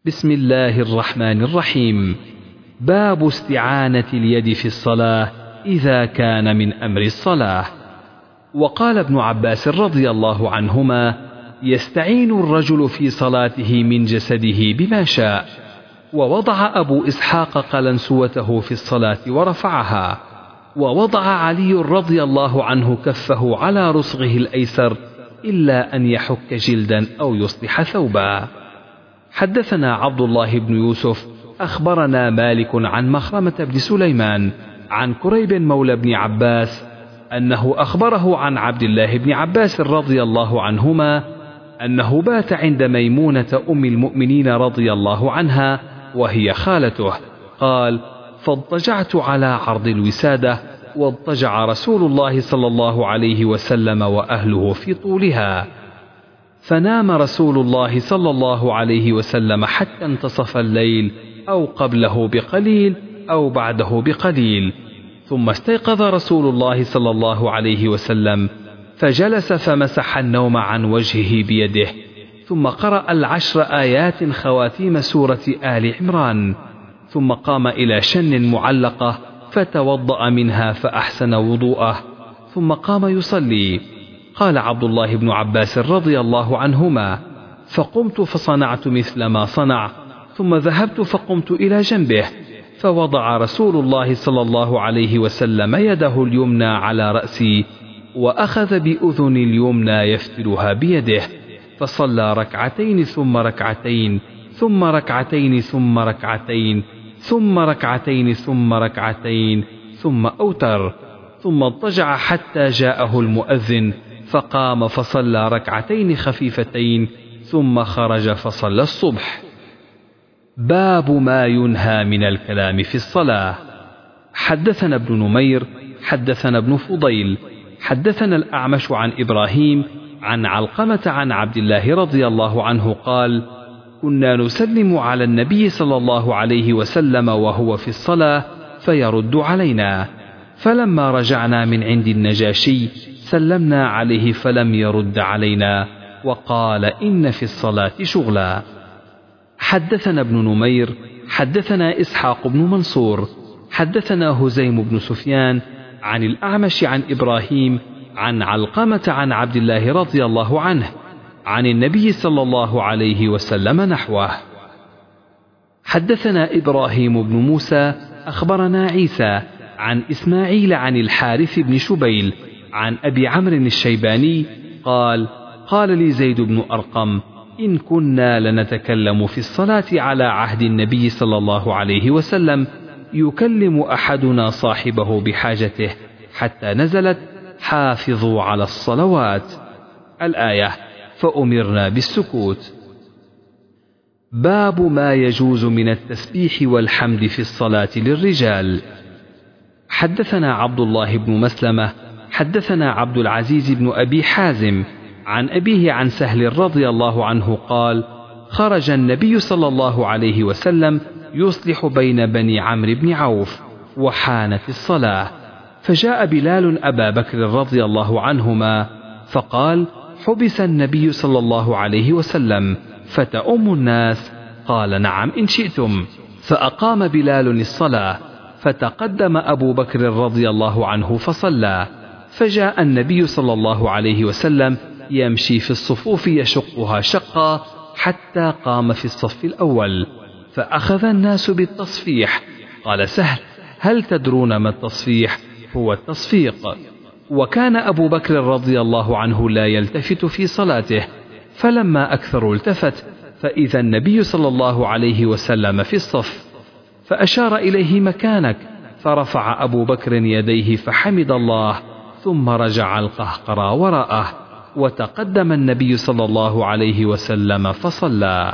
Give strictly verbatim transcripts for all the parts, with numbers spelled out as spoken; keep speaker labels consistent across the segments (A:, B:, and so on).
A: بسم الله الرحمن الرحيم. باب استعانة اليد في الصلاة إذا كان من أمر الصلاة. وقال ابن عباس رضي الله عنهما: يستعين الرجل في صلاته من جسده بما شاء. ووضع أبو إسحاق قلنسوته في الصلاة ورفعها. ووضع علي رضي الله عنه كفه على رسغه الأيسر إلا أن يحك جلدا أو يصلح ثوبا. حدثنا عبد الله بن يوسف أخبرنا مالك عن مخرمة بن سليمان عن كريب مولى بن عباس أنه أخبره عن عبد الله بن عباس رضي الله عنهما أنه بات عند ميمونة أم المؤمنين رضي الله عنها وهي خالته. قال: فاضطجعت على عرض الوسادة، واضطجع رسول الله صلى الله عليه وسلم وأهله في طولها، فنام رسول الله صلى الله عليه وسلم حتى انتصف الليل أو قبله بقليل أو بعده بقليل، ثم استيقظ رسول الله صلى الله عليه وسلم فجلس فمسح النوم عن وجهه بيده، ثم قرأ العشر آيات خواتيم سورة آل عمران، ثم قام إلى شن معلقة فتوضأ منها فأحسن وضوءه، ثم قام يصلي. قال عبد الله بن عباس رضي الله عنهما: فقمت فصنعت مثل ما صنع، ثم ذهبت فقمت إلى جنبه، فوضع رسول الله صلى الله عليه وسلم يده اليمنى على رأسي، وأخذ بأذن اليمنى يفتلها بيده، فصلى ركعتين ثم ركعتين ثم ركعتين ثم ركعتين ثم ركعتين ثم ركعتين ثم أوتر، ثم اضطجع حتى جاءه المؤذن فقام فصلى ركعتين خفيفتين ثم خرج فصلى الصبح. باب ما ينهى من الكلام في الصلاة. حدثنا ابن نمير حدثنا ابن فضيل حدثنا الأعمش عن إبراهيم عن علقمة عن عبد الله رضي الله عنه قال: كنا نسلم على النبي صلى الله عليه وسلم وهو في الصلاة فيرد علينا، فلما رجعنا من عند النجاشي سلمنا عليه فلم يرد علينا، وقال: إن في الصلاة شغلا. حدثنا ابن نمير حدثنا إسحاق بن منصور حدثنا هزيم بن سفيان عن الأعمش عن إبراهيم عن علقمة عن عبد الله رضي الله عنه عن النبي صلى الله عليه وسلم نحوه. حدثنا إبراهيم بن موسى أخبرنا عيسى عن إسماعيل عن الحارث بن شبيل عن أبي عمرو الشيباني قال: قال لي زيد بن أرقم: إن كنا لنتكلم في الصلاة على عهد النبي صلى الله عليه وسلم يكلم أحدنا صاحبه بحاجته، حتى نزلت: حافظوا على الصلوات، الآية، فأمرنا بالسكوت. باب ما يجوز من التسبيح والحمد في الصلاة للرجال. حدثنا عبد الله بن مسلمة حدثنا عبد العزيز بن أبي حازم عن أبيه عن سهل رضي الله عنه قال: خرج النبي صلى الله عليه وسلم يصلح بين بني عمرو بن عوف، وحانت الصلاة، فجاء بلال أبا بكر رضي الله عنهما فقال: حبس النبي صلى الله عليه وسلم فتأم الناس؟ قال: نعم إن شئتم. فأقام بلال الصلاة، فتقدم أبو بكر رضي الله عنه فصلى، فجاء النبي صلى الله عليه وسلم يمشي في الصفوف يشقها شقا حتى قام في الصف الأول، فأخذ الناس بالتصفيح. قال سهل: هل تدرون ما التصفيح؟ هو التصفيق. وكان أبو بكر رضي الله عنه لا يلتفت في صلاته، فلما أكثر التفت فإذا النبي صلى الله عليه وسلم في الصف، فأشار إليه: مكانك. فرفع أبو بكر يديه فحمد الله، ثم رجع القهقرى وراءه، وتقدم النبي صلى الله عليه وسلم فصلى.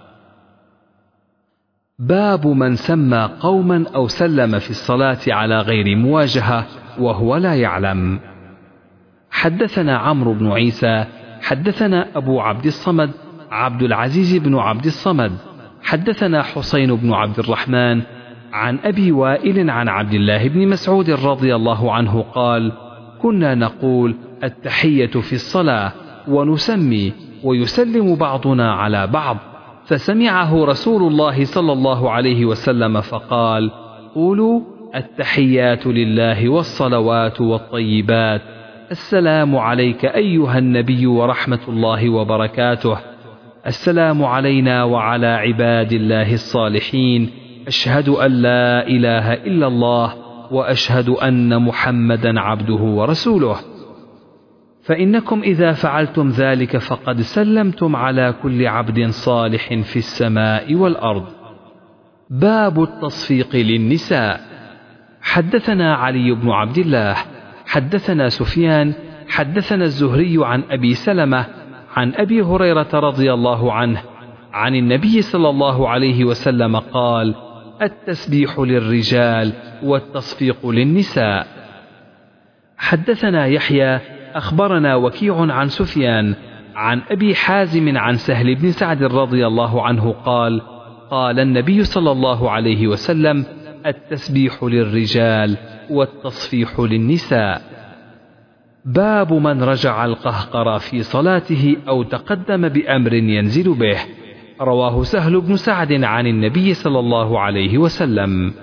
A: باب من سمى قوما أو سلم في الصلاة على غير مواجهة وهو لا يعلم. حدثنا عمرو بن عيسى حدثنا أبو عبد الصمد عبد العزيز بن عبد الصمد حدثنا حسين بن عبد الرحمن عن أبي وائل عن عبد الله بن مسعود رضي الله عنه قال: كنا نقول التحية في الصلاة ونسمي ويسلم بعضنا على بعض، فسمعه رسول الله صلى الله عليه وسلم فقال: قولوا: التحيات لله والصلوات والطيبات، السلام عليك أيها النبي ورحمة الله وبركاته، السلام علينا وعلى عباد الله الصالحين، أشهد أن لا إله إلا الله وأشهد أن محمدا عبده ورسوله. فإنكم إذا فعلتم ذلك فقد سلمتم على كل عبد صالح في السماء والأرض. باب التصفيق للنساء. حدثنا علي بن عبد الله حدثنا سفيان حدثنا الزهري عن أبي سلمة عن أبي هريرة رضي الله عنه عن النبي صلى الله عليه وسلم قال: التسبيح للرجال والتصفيق للنساء. حدثنا يحيى أخبرنا وكيع عن سفيان عن أبي حازم عن سهل بن سعد رضي الله عنه قال: قال النبي صلى الله عليه وسلم: التسبيح للرجال والتصفيح للنساء. باب من رجع القهقر في صلاته أو تقدم بأمر ينزل به. رواه سهل بن سعد عن النبي صلى الله عليه وسلم.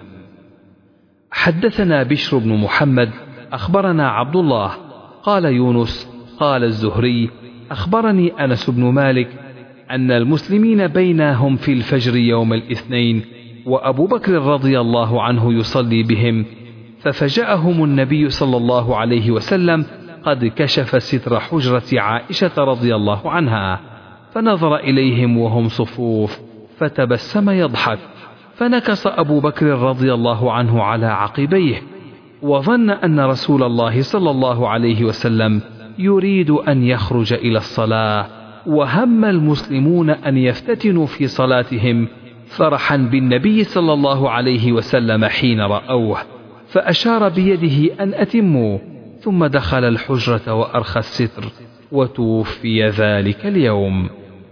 A: حدثنا بشر بن محمد أخبرنا عبد الله قال يونس قال الزهري أخبرني أنس بن مالك أن المسلمين بينهم في الفجر يوم الاثنين وأبو بكر رضي الله عنه يصلي بهم، ففجأهم النبي صلى الله عليه وسلم قد كشف ستر حجرة عائشة رضي الله عنها، فنظر إليهم وهم صفوف فتبسم يضحك، فنكص أبو بكر رضي الله عنه على عقبيه، وظن أن رسول الله صلى الله عليه وسلم يريد أن يخرج إلى الصلاة، وهم المسلمون أن يفتتنوا في صلاتهم فرحا بالنبي صلى الله عليه وسلم حين رأوه، فأشار بيده أن أتموا، ثم دخل الحجرة وأرخى الستر، وتوفي ذلك اليوم.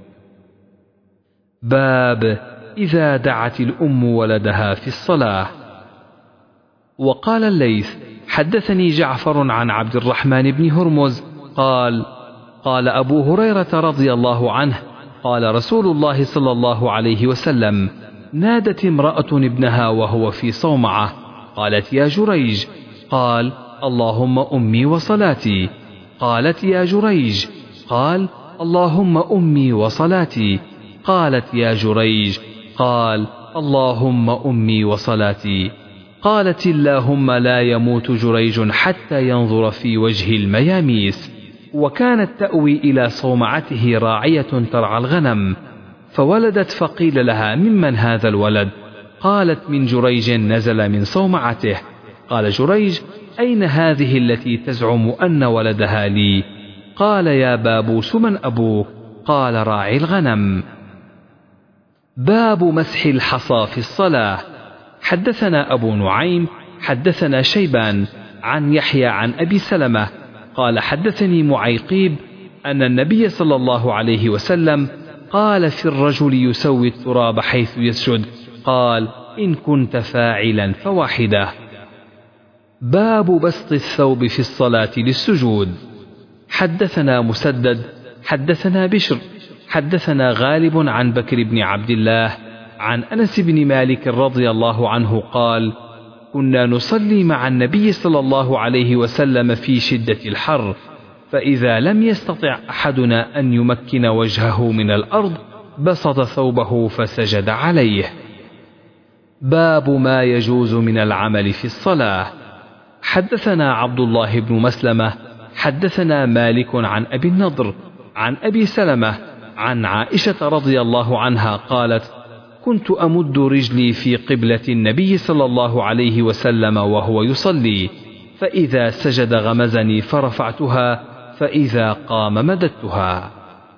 A: باب إذا دعت الأم ولدها في الصلاة. وقال الليث حدثني جعفر عن عبد الرحمن بن هرمز قال: قال أبو هريرة رضي الله عنه: قال رسول الله صلى الله عليه وسلم: نادت امرأة ابنها وهو في صومعة، قالت: يا جريج. قال: اللهم أمي وصلاتي. قالت: يا جريج. قال: اللهم أمي وصلاتي. قالت: يا جريج. قال: اللهم أمي وصلاتي. قالت: اللهم لا يموت جريج حتى ينظر في وجه المياميس. وكانت تأوي إلى صومعته راعية ترعى الغنم، فولدت فقيل لها: ممن هذا الولد؟ قالت: من جريج نزل من صومعته. قال جريج: أين هذه التي تزعم أن ولدها لي؟ قال: يا بابوس من أبوك؟ قال: راعي الغنم. باب مسح الحصى في الصلاة. حدثنا أبو نعيم حدثنا شيبان عن يحيى عن أبي سلمة قال: حدثني معيقيب أن النبي صلى الله عليه وسلم قال في الرجل يسوي التراب حيث يسجد، قال: إن كنت فاعلا فواحدة. باب بسط الثوب في الصلاة للسجود. حدثنا مسدد حدثنا بشر حدثنا غالب عن بكر بن عبد الله عن أنس بن مالك رضي الله عنه قال: كنا نصلي مع النبي صلى الله عليه وسلم في شدة الحر، فإذا لم يستطع أحدنا أن يمكن وجهه من الأرض بسط ثوبه فسجد عليه. باب ما يجوز من العمل في الصلاة. حدثنا عبد الله بن مسلمة حدثنا مالك عن أبي النضر عن أبي سلمة عن عائشة رضي الله عنها قالت: كنت أمد رجلي في قبلة النبي صلى الله عليه وسلم وهو يصلي، فإذا سجد غمزني فرفعتها، فإذا قام مددتها.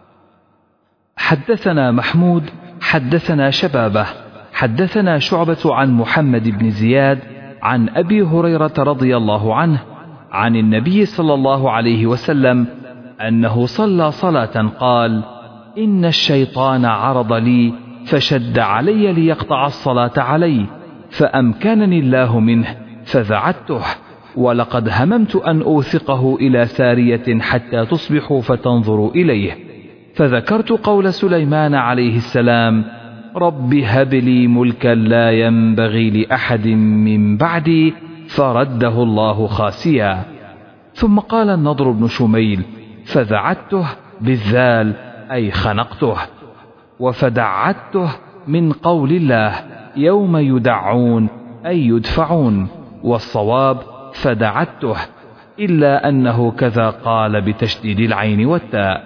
A: حدثنا محمود حدثنا شبابه حدثنا شعبة عن محمد بن زياد عن أبي هريرة رضي الله عنه عن النبي صلى الله عليه وسلم أنه صلى صلاة قال: إن الشيطان عرض لي فشد علي ليقطع الصلاة علي، فأمكنني الله منه فذعدته، ولقد هممت أن أوثقه إلى سارية حتى تصبحوا فتنظروا إليه، فذكرت قول سليمان عليه السلام: رب هب لي ملكا لا ينبغي لأحد من بعدي، فرده الله خاسيا. ثم قال النضر بن شميل: فذعته بالذال أي خنقته، وفدعته من قول الله يوم يدعون أي يدفعون، والصواب فدعته، إلا أنه كذا قال بتشديد العين والتاء.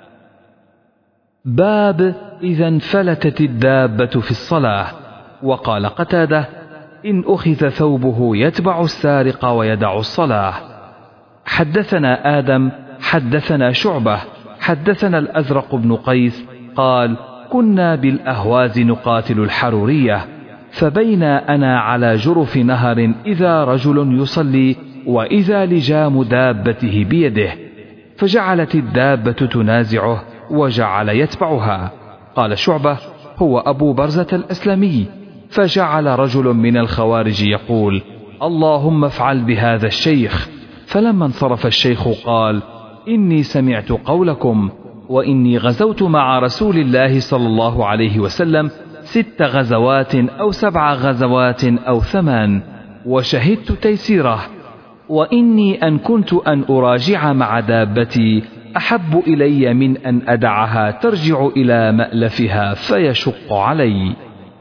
A: باب إذا انفلتت الدابة في الصلاة. وقال قتادة: إن أخذ ثوبه يتبع السارق ويدع الصلاة. حدثنا آدم حدثنا شعبة حدثنا الأزرق بن قيس قال: كنا بالأهواز نقاتل الحرورية، فبينا أنا على جرف نهر إذا رجل يصلي وإذا لجام دابته بيده، فجعلت الدابة تنازعه وجعل يتبعها. قال شعبة: هو أبو برزة الأسلمي. فجعل رجل من الخوارج يقول: اللهم افعل بهذا الشيخ. فلما انصرف الشيخ قال: إني سمعت قولكم، وإني غزوت مع رسول الله صلى الله عليه وسلم ست غزوات أو سبع غزوات أو ثمان، وشهدت تيسيره، وإني أن كنت أن أراجع مع دابتي أحب إلي من أن أدعها ترجع إلى مألفها فيشق علي.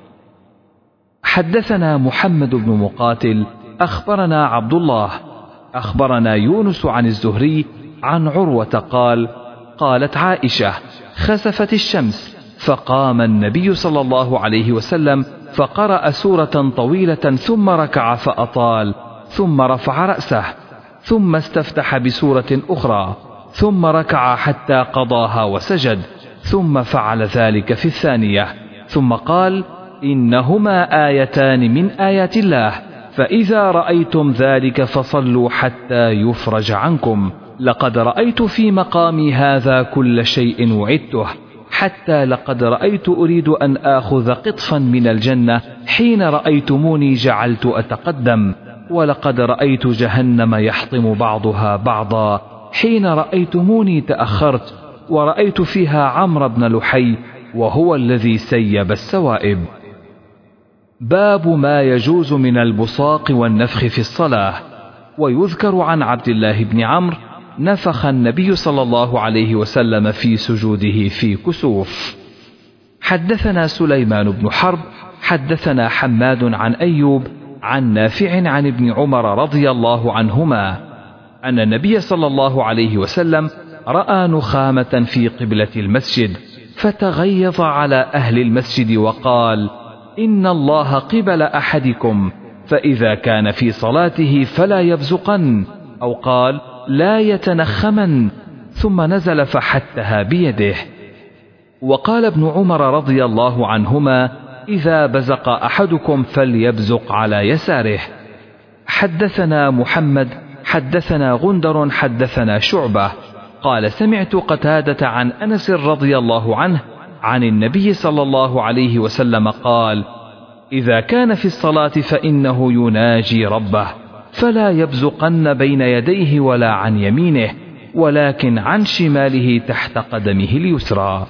A: حدثنا محمد بن مقاتل أخبرنا عبد الله أخبرنا يونس عن الزهري عن عروة قال: قالت عائشة: خسفت الشمس، فقام النبي صلى الله عليه وسلم فقرأ سورة طويلة ثم ركع فأطال، ثم رفع رأسه، ثم استفتح بسورة أخرى، ثم ركع حتى قضاها وسجد، ثم فعل ذلك في الثانية، ثم قال: إنهما آيتان من آيات الله، فإذا رأيتم ذلك فصلوا حتى يفرج عنكم. لقد رأيت في مقامي هذا كل شيء وعدته، حتى لقد رأيت أريد أن آخذ قطفا من الجنة حين رأيتموني جعلت أتقدم، ولقد رأيت جهنم يحطم بعضها بعضا حين رأيتموني تأخرت، ورأيت فيها عمرو بن لحي وهو الذي سيب السوائب. باب ما يجوز من البصاق والنفخ في الصلاة. ويذكر عن عبد الله بن عمرو: نفخ النبي صلى الله عليه وسلم في سجوده في كسوف. حدثنا سليمان بن حرب حدثنا حماد عن أيوب عن نافع عن ابن عمر رضي الله عنهما أن النبي صلى الله عليه وسلم رأى نخامة في قبلة المسجد، فتغيظ على أهل المسجد وقال: إن الله قبل أحدكم، فإذا كان في صلاته فلا يبزقن، أو قال: لا يتنخمن، ثم نزل فحتها بيده. وقال ابن عمر رضي الله عنهما: إذا بزق أحدكم فليبزق على يساره. حدثنا محمد حدثنا غندر حدثنا شعبة قال: سمعت قتادة عن أنس رضي الله عنه عن النبي صلى الله عليه وسلم قال: إذا كان في الصلاة فإنه يناجي ربه، فلا يبزقن بين يديه ولا عن يمينه، ولكن عن شماله تحت قدمه اليسرى.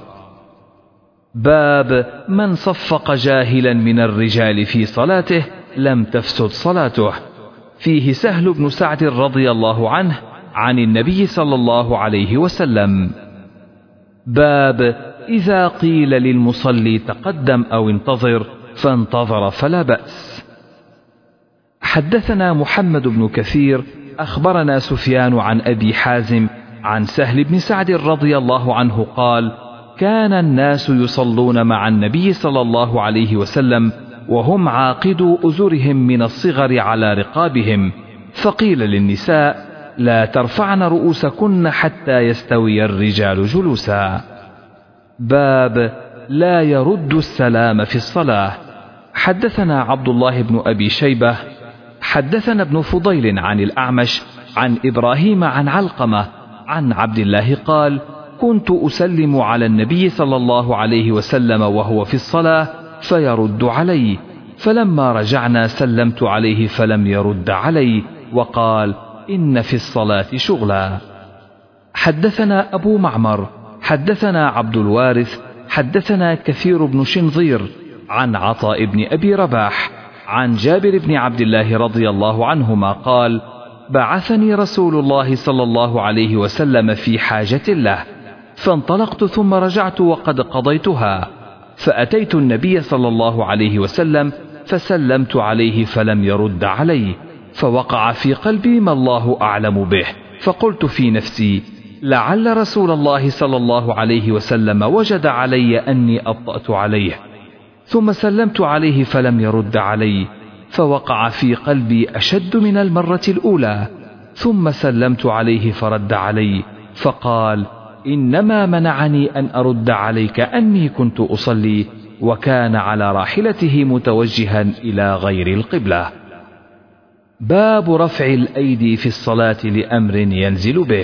A: باب من صفق جاهلا من الرجال في صلاته لم تفسد صلاته. فيه سهل بن سعد رضي الله عنه عن النبي صلى الله عليه وسلم. باب إذا قيل للمصلي تقدم أو انتظر فانتظر فلا بأس. حدثنا محمد بن كثير أخبرنا سفيان عن أبي حازم عن سهل بن سعد رضي الله عنه قال: كان الناس يصلون مع النبي صلى الله عليه وسلم وهم عاقدوا أزرهم من الصغر على رقابهم، فقيل للنساء: لا ترفعن رؤوسكن حتى يستوي الرجال جلوسا. باب لا يرد السلام في الصلاة. حدثنا عبد الله بن أبي شيبة حدثنا ابن فضيل عن الأعمش عن إبراهيم عن علقمة عن عبد الله قال: كنت أسلم على النبي صلى الله عليه وسلم وهو في الصلاة فيرد علي، فلما رجعنا سلمت عليه فلم يرد علي، وقال: إن في الصلاة شغلا. حدثنا أبو معمر حدثنا عبد الوارث حدثنا كثير بن شنظير عن عطاء بن أبي رباح عن جابر بن عبد الله رضي الله عنهما قال: بعثني رسول الله صلى الله عليه وسلم في حاجة له، فانطلقت ثم رجعت وقد قضيتها، فأتيت النبي صلى الله عليه وسلم فسلمت عليه فلم يرد علي، فوقع في قلبي ما الله أعلم به، فقلت في نفسي: لعل رسول الله صلى الله عليه وسلم وجد علي أني أبطأت عليه، ثم سلمت عليه فلم يرد علي، فوقع في قلبي أشد من المرة الأولى، ثم سلمت عليه فرد علي، فقال: إنما منعني أن أرد عليك أني كنت أصلي، وكان على راحلته متوجها إلى غير القبلة. باب رفع الأيدي في الصلاة لأمر ينزل به.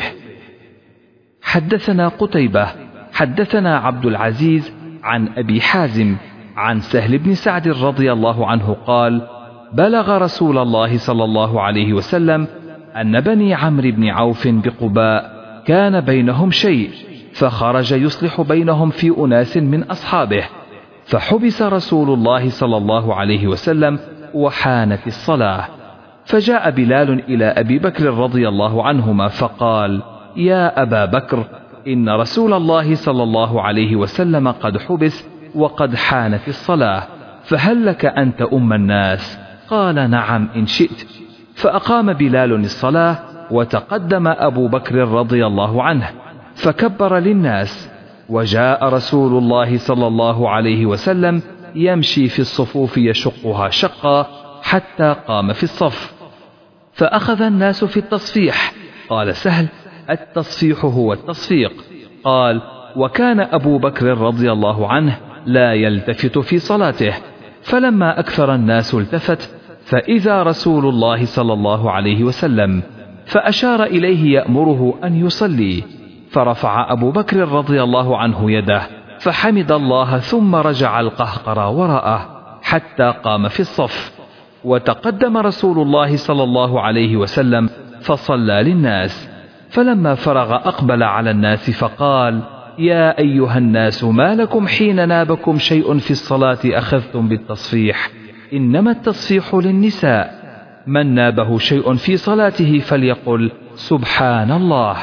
A: حدثنا قتيبة حدثنا عبد العزيز عن أبي حازم عن سهل بن سعد رضي الله عنه قال: بلغ رسول الله صلى الله عليه وسلم أن بني عمرو بن عوف بقباء كان بينهم شيء، فخرج يصلح بينهم في أناس من أصحابه، فحبس رسول الله صلى الله عليه وسلم وحانت الصلاة، فجاء بلال إلى أبي بكر رضي الله عنهما فقال: يا أبا بكر، إن رسول الله صلى الله عليه وسلم قد حبس وقد حانت الصلاة، فهل لك أن تؤم الناس؟ قال: نعم إن شئت. فأقام بلال الصلاة، وتقدم أبو بكر رضي الله عنه فكبر للناس، وجاء رسول الله صلى الله عليه وسلم يمشي في الصفوف يشقها شقا حتى قام في الصف، فأخذ الناس في التصفيح. قال سهل: التصفيح هو التصفيق. قال: وكان أبو بكر رضي الله عنه لا يلتفت في صلاته، فلما أكثر الناس التفت، فإذا رسول الله صلى الله عليه وسلم، فأشار إليه يأمره أن يصلي، فرفع أبو بكر رضي الله عنه يده فحمد الله، ثم رجع القهقرى وراءه حتى قام في الصف، وتقدم رسول الله صلى الله عليه وسلم فصلى للناس، فلما فرغ أقبل على الناس فقال: يا أيها الناس، ما لكم حين نابكم شيء في الصلاة أخذتم بالتصفيح؟ إنما التصفيح للنساء، من نابه شيء في صلاته فليقل سبحان الله.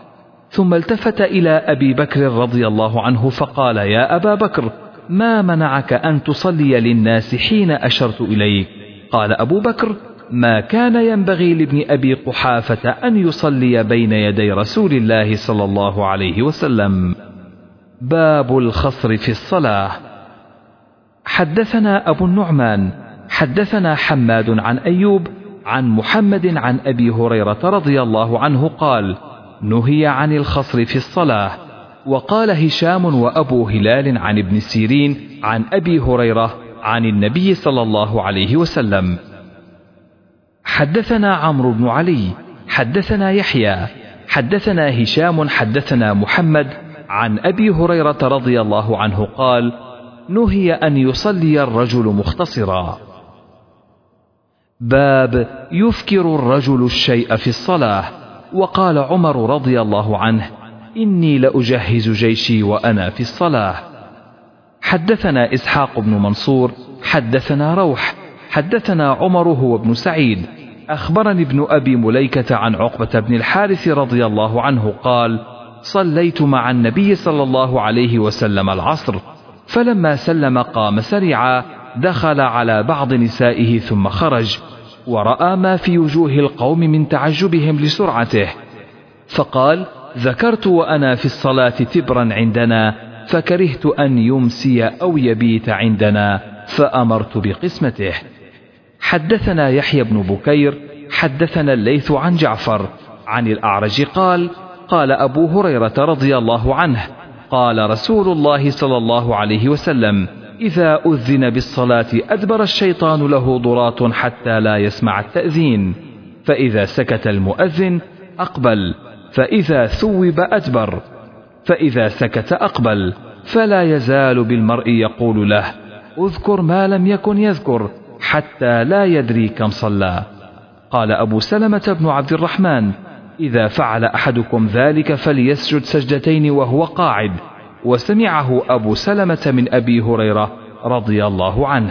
A: ثم التفت إلى أبي بكر رضي الله عنه فقال: يا أبا بكر، ما منعك أن تصلي للناس حين أشرت إليك؟ قال أبو بكر: ما كان ينبغي لابن أبي قحافة أن يصلي بين يدي رسول الله صلى الله عليه وسلم. باب الخصر في الصلاة. حدثنا أبو النعمان حدثنا حماد عن أيوب عن محمد عن أبي هريرة رضي الله عنه قال: نهي عن الخصر في الصلاة. وقال هشام وأبو هلال عن ابن سيرين عن أبي هريرة عن النبي صلى الله عليه وسلم. حدثنا عمرو بن علي حدثنا يحيى حدثنا هشام حدثنا محمد عن أبي هريرة رضي الله عنه قال: نهي أن يصلي الرجل مختصرا. باب يفكر الرجل الشيء في الصلاة. وقال عمر رضي الله عنه: إني لأجهز جيشي وأنا في الصلاة. حدثنا إسحاق بن منصور حدثنا روح حدثنا عمر هو ابن سعيد أخبرني ابن أبي مليكة عن عقبة بن الحارث رضي الله عنه قال: صليت مع النبي صلى الله عليه وسلم العصر، فلما سلم قام سريعا، دخل على بعض نسائه ثم خرج، ورأى ما في وجوه القوم من تعجبهم لسرعته، فقال: ذكرت وأنا في الصلاة تبرا عندنا، فكرهت أن يمسي أو يبيت عندنا، فأمرت بقسمته. حدثنا يحيى بن بكير حدثنا الليث عن جعفر عن الأعرج قال: قال أبو هريرة رضي الله عنه: قال رسول الله صلى الله عليه وسلم: إذا أذن بالصلاة أدبر الشيطان له ضراط حتى لا يسمع التأذين، فإذا سكت المؤذن أقبل، فإذا ثوب أدبر، فإذا سكت أقبل، فلا يزال بالمرء يقول له: اذكر ما لم يكن يذكر، حتى لا يدري كم صلى. قال أبو سلمة بن عبد الرحمن: إذا فعل أحدكم ذلك فليسجد سجدتين وهو قاعد. وسمعه أبو سلمة من أبي هريرة رضي الله عنه.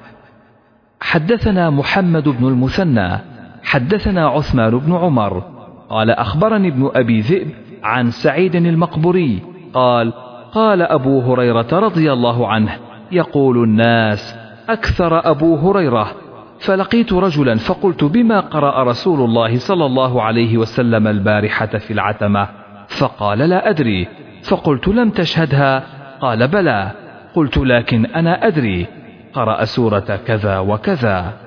A: حدثنا محمد بن المثنى حدثنا عثمان بن عمر قال أخبرني ابن أبي ذئب عن سعيد المقبري قال قال أبو هريرة رضي الله عنه يقول الناس أكثر أبو هريرة، فلقيت رجلا فقلت بما قرأ رسول الله صلى الله عليه وسلم البارحة في العتمة؟ فقال لا أدري. فقلت لم تشهدها؟ قال بلى. قلت لكن أنا أدري، قرأ سورة كذا وكذا.